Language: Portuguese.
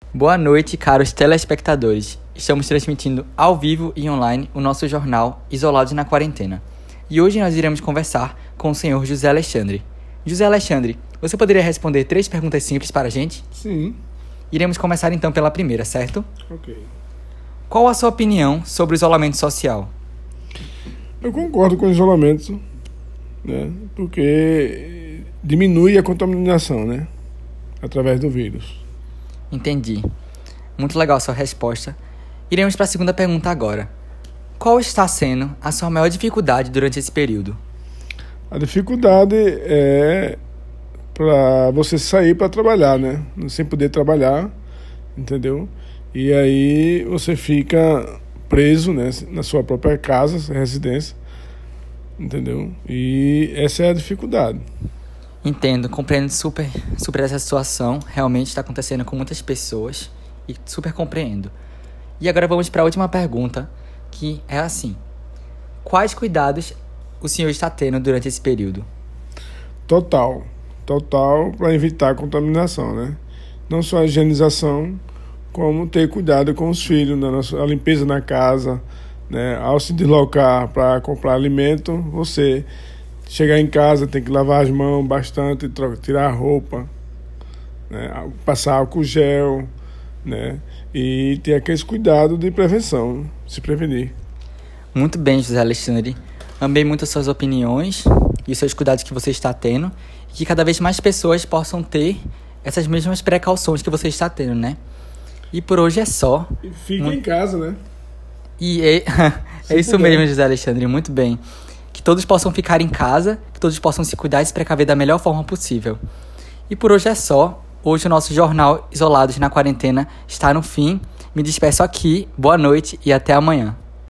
Boa noite, caros telespectadores. Estamos transmitindo ao vivo e online o nosso jornal Isolados na Quarentena. E hoje nós iremos conversar com o senhor José Alexandre. José Alexandre, você poderia responder 3 perguntas simples para a gente? Sim. Iremos começar então pela primeira, certo? Ok. Qual a sua opinião sobre o isolamento social? Eu concordo com o isolamento, né? Porque diminui a contaminação, né? Através do vírus. Entendi. Muito legal a sua resposta. Iremos para a segunda pergunta agora. Qual está sendo a sua maior dificuldade durante esse período? A dificuldade é para você sair para trabalhar, né? Sem poder trabalhar, entendeu? E aí você fica preso, né? Na sua própria casa, residência, entendeu? E essa é a dificuldade. Entendo, compreendo super essa situação. Realmente está acontecendo com muitas pessoas e super compreendo. E agora vamos para a última pergunta, que é assim. Quais cuidados o senhor está tendo durante esse período? Total para evitar a contaminação, né? Não só a higienização, como ter cuidado com os filhos, a limpeza na casa, né? Ao se deslocar para comprar alimento, você chegar em casa tem que lavar as mãos bastante, tirar a roupa, né? Passar álcool gel, né? E ter aqueles cuidados de prevenção, se prevenir. Muito bem, José Alexandre. Amei muito as suas opiniões e os seus cuidados que você está tendo, e que cada vez mais pessoas possam ter essas mesmas precauções que você está tendo, né? E por hoje é só. E fica em casa, né? E é isso mesmo, José Alexandre, muito bem. Que todos possam ficar em casa, que todos possam se cuidar e se precaver da melhor forma possível. E por hoje é só. Hoje o nosso jornal Isolados na Quarentena está no fim. Me despeço aqui, boa noite e até amanhã.